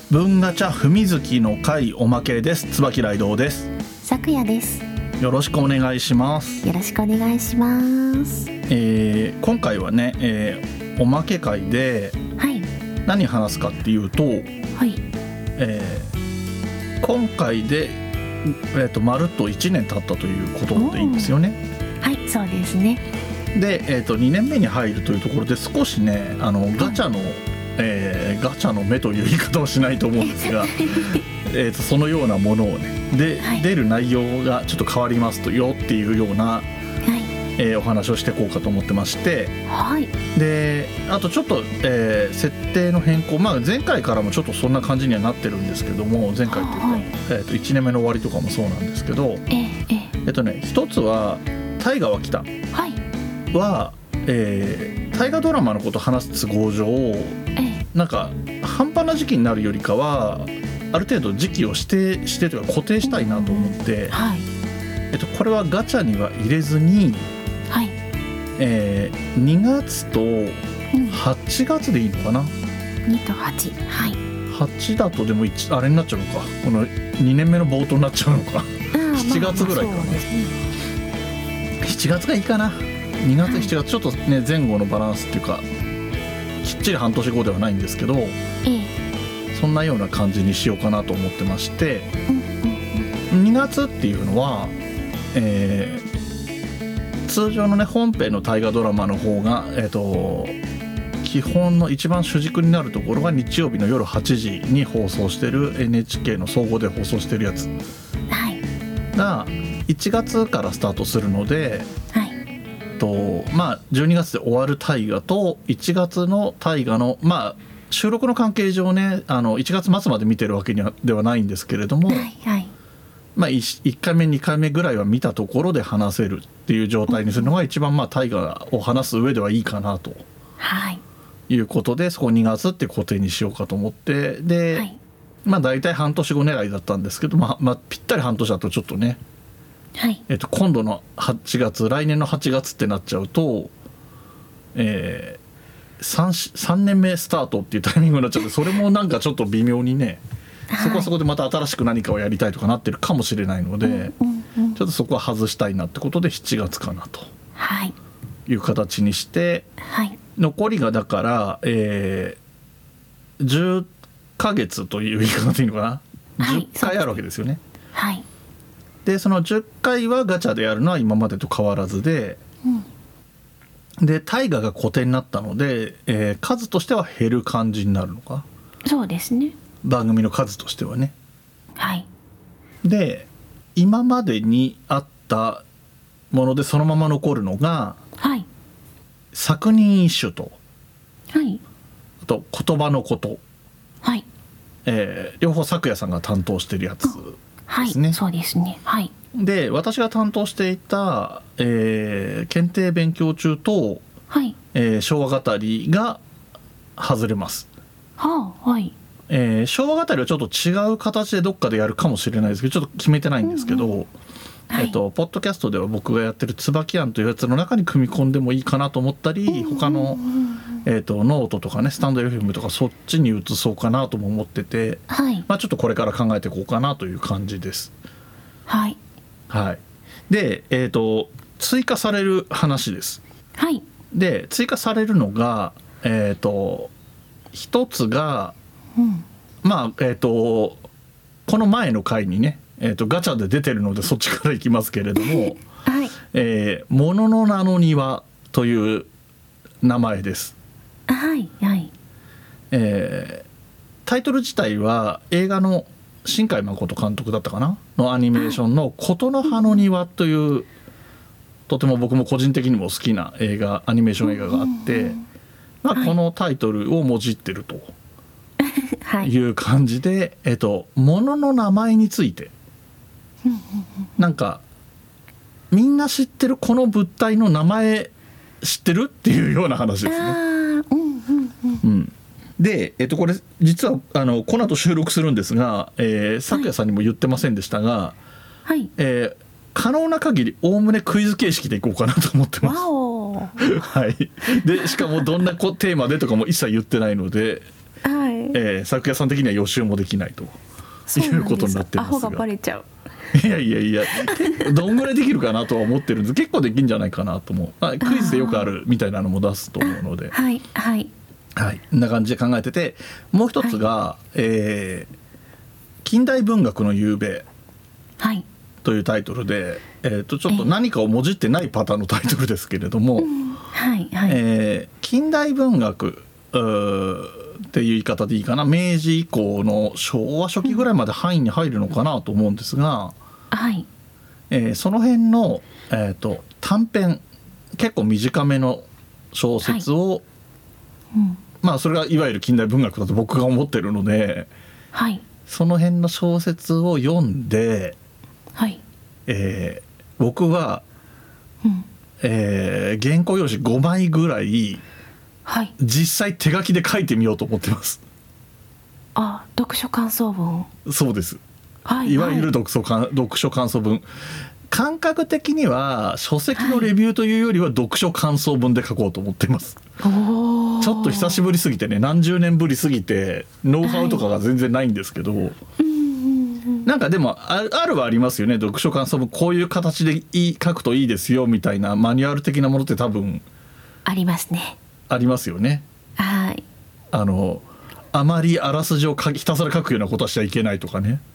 文ガチャふみずきの会おまけです。椿雷堂です。 咲夜です。 よろしくお願いします。 よろしくお願いします。 今回はね、おまけ会で何話すかっていうと、今回で、まるっと1年経ったということでいいんですよね。 はい、そうですね。 で、2年目に入るというところで少しねガチャの、ガチャの目という言い方はしないと思うんですがそのようなものをねで、出る内容がちょっと変わりますとよっていうような、お話をしていこうかと思ってまして、であとちょっと、設定の変更、前回からもちょっとそんな感じにはなってるんですけども、前回っていうか、1年目の終わりとかもそうなんですけど、一つは大河は来たは、大河ドラマのことを話す都合上、なんか半端な時期になるよりかはある程度時期を指定というか固定したいなと思って、これはガチャには入れずに、2月と8月でいいのかな。 2と8、 8だとでもあれになっちゃうのか、この2年目の冒頭になっちゃうのか7月ぐらいかな、7月がいいかな。2月7月ちょっとね前後のバランスっていうかきっちり半年後ではないんですけど、そんなような感じにしようかなと思ってまして、2月っていうのは、通常のね本編の大河ドラマの方が、基本の一番主軸になるところが日曜日の夜8時に放送してる NHK の総合で放送してるやつが1月からスタートするので、12月で終わる大河と1月の大河の収録の関係上ね1月末まで見てるわけではないんですけれども、1回目2回目ぐらいは見たところで話せるっていう状態にするのが一番大河を話す上ではいいかなということで、そこ2月って固定にしようかと思って、で、大体半年後狙いだったんですけど、ぴったり半年だとちょっとね、今度の8月来年の8月ってなっちゃうと、3年目スタートっていうタイミングになっちゃって、それもなんかちょっと微妙にね、そこはそこでまた新しく何かをやりたいとかなってるかもしれないので、ちょっとそこは外したいなってことで7月かなという形にして、残りがだから、10ヶ月という言い方でいいのかな、10回あるわけですよね。でその10回はガチャでやるのは今までと変わらずで、で大河が固定になったので、数としては減る感じになるのか。 そうですね、 番組の数としてはね。で今までにあったものでそのまま残るのが、作人一首と、あと言葉のこと、両方咲夜さんが担当してるやつですね。 そうですね。 で私が担当していた、検定勉強中と、昭和語りが外れます。昭和語りはちょっと違う形でどっかでやるかもしれないですけど、ちょっと決めてないんですけど、ポッドキャストでは僕がやってる椿庵というやつの中に組み込んでもいいかなと思ったり、他の、ノートとかねスタンド FM とかそっちに移そうかなとも思ってて、ちょっとこれから考えていこうかなという感じです。で、追加される話です。で追加されるのが、一つが、この前の回にね、ガチャで出てるのでそっちからいきますけれども「ものの名の庭」という名前です。タイトル自体は映画の新海誠監督だったかなのアニメーションの「琴の葉の庭」という、とても僕も個人的にも好きなアニメーション映画があって、このタイトルをもじってるという感じで、物の名前についてなんかみんな知ってるこの物体の名前知ってるっていうような話ですね。で、これ実はこの後収録するんですが、咲夜さんにも言ってませんでしたが、可能な限りおおむねクイズ形式でいこうかなと思ってます。でしかもどんなテーマでとかも一切言ってないので、 はい。 作家さん的には予習もできないということになってますが、 アホがバレちゃう。 いやいやいやどんぐらいできるかなとは思ってるんです。結構できるんじゃないかなと思う。クイズでよくあるみたいなのも出すと思うので、 はいはいはい、こんな感じで考えてて、もう一つが、近代文学の夕べはいというタイトルで、ちょっと何かをもじってないパターンのタイトルですけれども、 はいはい。 近代文学っていう言い方でいいかな、明治以降の昭和初期ぐらいまで範囲に入るのかなと思うんですが、 はい。 その辺の、短編、結構短めの小説を、まあそれがいわゆる近代文学だと僕が思ってるので、 はい。 その辺の小説を読んで、 はい。 僕は、原稿用紙5枚ぐらい、 はい。 実際手書きで書いてみようと思ってます。 あ、読書感想文。 そうです。 はい。 いわゆる読書感想文。感覚的には書籍のレビューというよりは読書感想文で書こうと思ってます。ちょっと久しぶりすぎてね、何十年ぶりすぎてノウハウとかが全然ないんですけど、なんかでもあるはありますよね。読書感想文こういう形で書くといいですよみたいなマニュアル的なものって多分ありますね。 ありますよね。 はい。 あまりあらすじをひたすら書くようなことはしちゃいけないとかね。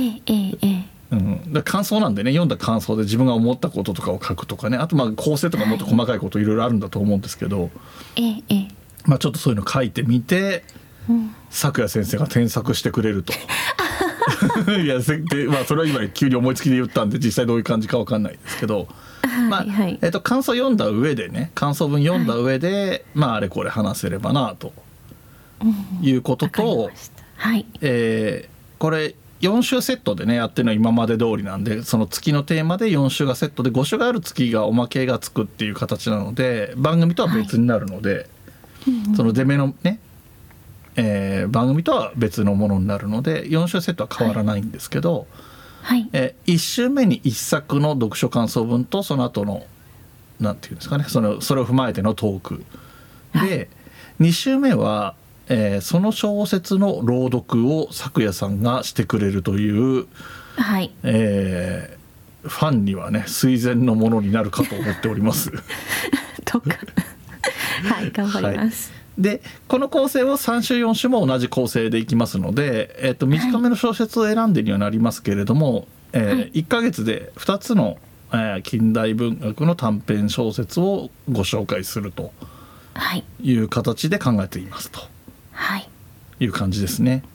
だ感想なんでね、読んだ感想で自分が思ったこととかを書くとかね、あとまあ構成とかもっと細かいこといろいろあるんだと思うんですけど、まあちょっとそういうの書いてみて、咲夜先生が添削してくれるといやで、まあ、それは今急に思いつきで言ったんで実際どういう感じか分かんないですけど、まあ感想読んだ上でね、感想文読んだ上で、まああれこれ話せればなということと、これ4週セットでねやってるのは今まで通りなんで、その月のテーマで4週がセットで5週がある月がおまけがつくっていう形なので、番組とは別になるので、その出目のね、番組とは別のものになるので4週セットは変わらないんですけど、1週目に1作の読書感想文とその後のなんていうんですかね、それを踏まえてのトークで、2週目はその小説の朗読を咲夜さんがしてくれるという、ファンにはね垂涎のものになるかと思っておりますとかはい頑張ります、 でこの構成を3週4週も同じ構成でいきますので、短めの小説を選んでにはなりますけれども、1ヶ月で2つの、近代文学の短編小説をご紹介するという形で考えていますという感じですね。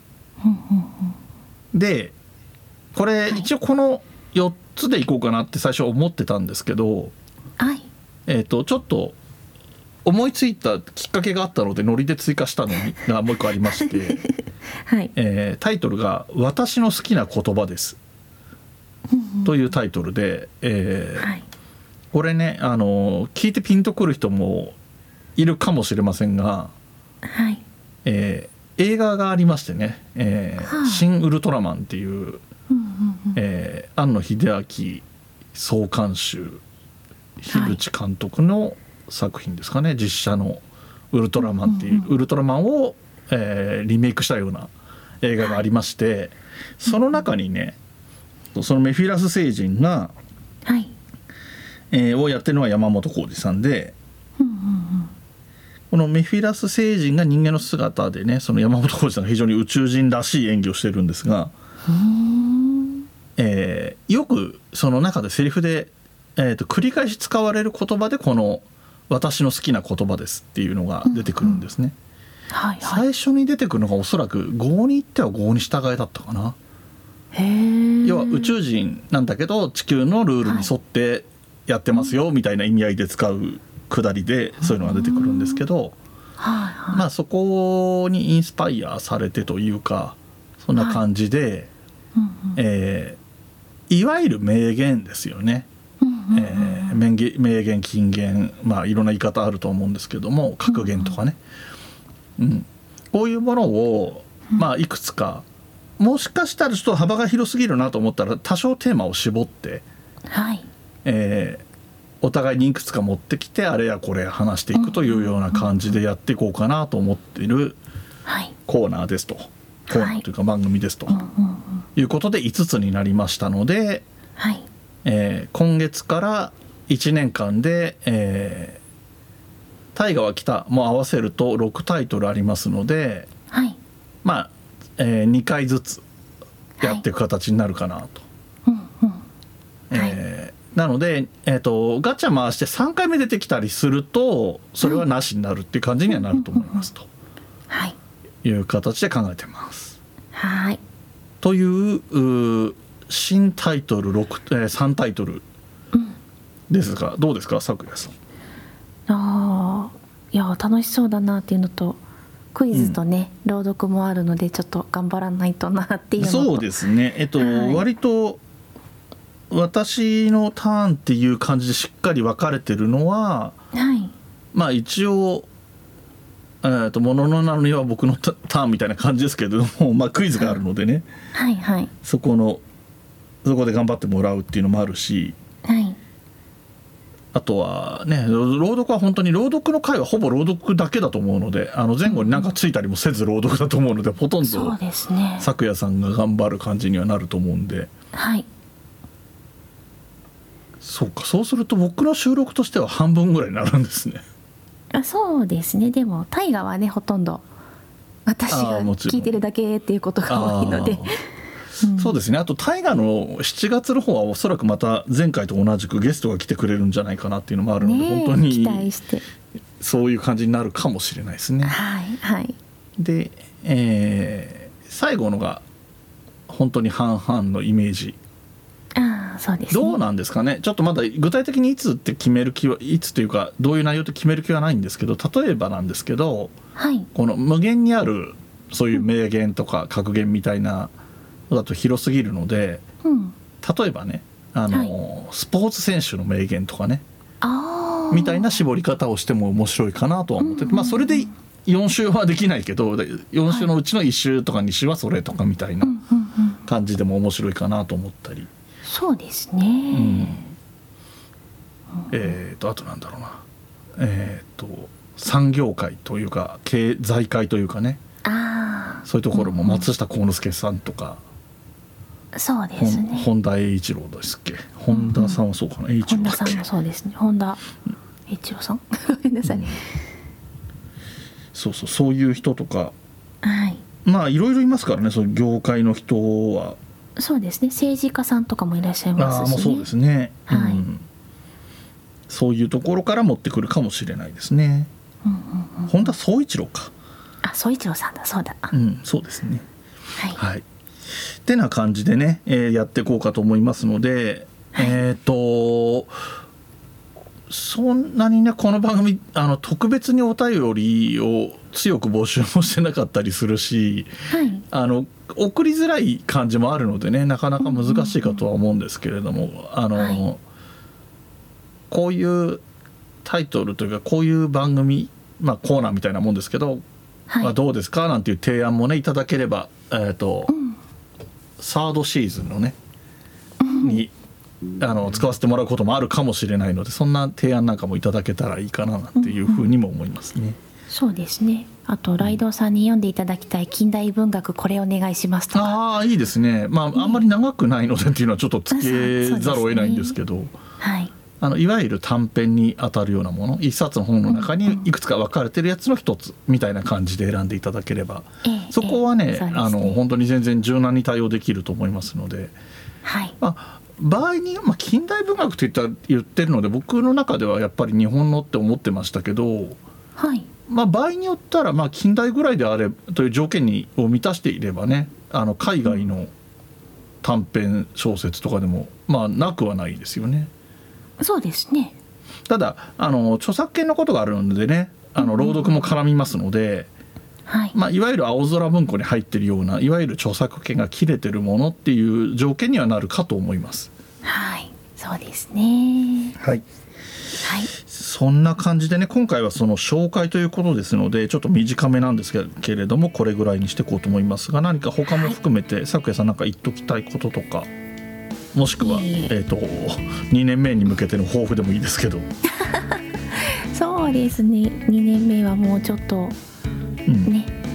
でこれ一応この4つでいこうかなって最初思ってたんですけど、ちょっと思いついたきっかけがあったのでノリで追加したのがもう一個ありまして、タイトルが「私の好きな言葉です」というタイトルで、これね聞いてピンとくる人もいるかもしれませんが、映画がありましてね「新ウルトラマン」っていう、庵野秀明総監修樋口監督の作品ですかね、実写のウルトラマンっていう、ウルトラマンを、リメイクしたような映画がありまして、その中にねそのメフィラス星人が、をやってるのは山本浩二さんで、このメフィラス星人が人間の姿でね、その山本浩二さんが非常に宇宙人らしい演技をしてるんですが、よくその中でセリフで、繰り返し使われる言葉でこの私の好きな言葉ですっていうのが出てくるんですね。最初に出てくるのがおそらく郷に行っては郷に従えだったかな。要は宇宙人なんだけど地球のルールに沿ってやってますよみたいな意味合いで使うくだりでそういうのが出てくるんですけど、まあそこにインスパイアされてというかそんな感じで、いわゆる名言ですよね。名言金言、まあいろんな言い方あると思うんですけども、格言とかね、こういうものをまあいくつか、もしかしたらちょっと幅が広すぎるなと思ったら多少テーマを絞って、お互いにいくつか持ってきてあれやこれや話していくというような感じでやっていこうかなと思っているコーナーですと、コーナーというか番組ですと、いうことで5つになりましたので、今月から1年間で、大河は来たも合わせると6タイトルありますので、まあ、2回ずつやっていく形になるかなと。なので、ガチャ回して3回目出てきたりするとそれはなしになるっていう感じにはなると思いますと、いう形で考えてます。という新タイトル3タイトルですが、どうですか咲夜さん。 いや楽しそうだなっていうのと、クイズとね、朗読もあるのでちょっと頑張らないとなっていうのと。 そうですね、割と私のターンっていう感じでしっかり分かれてるのは、まあ一応ものの名のは僕のターンみたいな感じですけれども、まあ、クイズがあるのでね、そこで頑張ってもらうっていうのもあるし、あとはね、朗読は本当に朗読の回はほぼ朗読だけだと思うので、前後になんかついたりもせず朗読だと思うので、ほとんど咲夜さんが頑張る感じにはなると思うんで、そうか、そうすると僕の収録としては半分ぐらいになるんですね。 そうですね。でも大河はね、ほとんど私が聞いてるだけっていうことが多いので、そうですね。あと大河の7月の方はおそらくまた前回と同じくゲストが来てくれるんじゃないかなっていうのもあるので、本当に期待してそういう感じになるかもしれないですね。で、最後のが本当に半々のイメージ。 そうですね、 どうなんですかね。ちょっとまだ具体的にいつって決める気は、いつというかどういう内容って決める気はないんですけど、例えばなんですけど、この無限にあるそういう名言とか格言みたいなのだと広すぎるので、例えばね、スポーツ選手の名言とかね、みたいな絞り方をしても面白いかなとは思ってて、まあそれで4週はできないけど、4週のうちの1週とか2週はそれとかみたいな感じでも面白いかなと思ったり。 そうですね、 あとなんだろうな、産業界というか経済界というかね、そういうところも松下幸之助さんとか、 そうですね、 本田栄一郎ですっけ、本田さんはそうかな、栄一郎だっけ、 本田さんもそうですね、本田栄一郎さんごめんなさい、 そういう人とか、まあいろいろいますからね、そういう業界の人は。 そうですね、政治家さんとかもいらっしゃいますし、 もうそうですね、そういうところから持ってくるかもしれないですね。本田宗一郎か、 宗一郎さんだ、そうだ、 そうですね、ってな感じでね、やっていこうかと思いますので、そんなにねこの番組特別にお便りを強く募集もしてなかったりするし、送りづらい感じもあるのでね、なかなか難しいかとは思うんですけれども、こういうタイトルというかこういう番組、まあコーナーみたいなもんですけど、どうですかなんていう提案もねいただければ、サードシーズンのね、に使わせてもらうこともあるかもしれないので、そんな提案なんかもいただけたらいいかななんていうふうにも思いますね。 そうですね。あとライドウさんに読んでいただきたい近代文学、これお願いしますとか。 いいですね。まああんまり長くないのでっていうのはちょっとつけざるを得ないんですけど、いわゆる短編に当たるようなもの、一冊の本の中にいくつか分かれてるやつの一つみたいな感じで選んでいただければ、そこはね、本当に全然柔軟に対応できると思いますので、場合に、近代文学って言ってるので僕の中ではやっぱり日本のって思ってましたけど、場合によったら近代ぐらいであれという条件を満たしていればね、海外の短編小説とかでもなくはないですよね。 そうですね。 ただ著作権のことがあるのでね、朗読も絡みますので、いわゆる青空文庫に入ってるようないわゆる著作権が切れてるものっていう条件にはなるかと思います。 そうですね。 そんな感じでね、今回はその紹介ということですのでちょっと短めなんですけれども、これぐらいにしていこうと思いますが、何か他も含めて咲夜さんなんか言っときたいこととか、もしくは、2年目に向けての抱負でもいいですけど。 そうですね、2年目はもうちょっとね、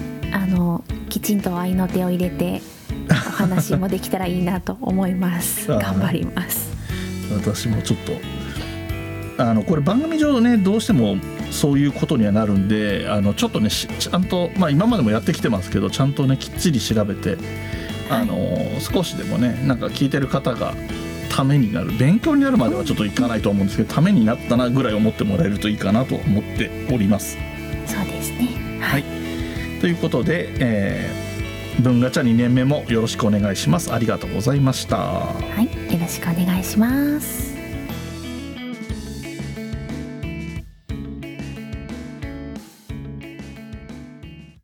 きちんと合いの手を入れてお話もできたらいいなと思います頑張ります。 私もちょっとこれ番組上ねどうしてもそういうことにはなるんでちょっとねちゃんと、今までもやってきてますけどちゃんとねきっちり調べて、少しでもねなんか聞いてる方がためになる、勉強になるまではちょっといかないと思うんですけど、ためになったなぐらい思ってもらえるといいかなと思っております。 そうですね、 はい、ということで、文ガチャ2年目もよろしくお願いします。ありがとうございました。 はい、よろしくお願いします。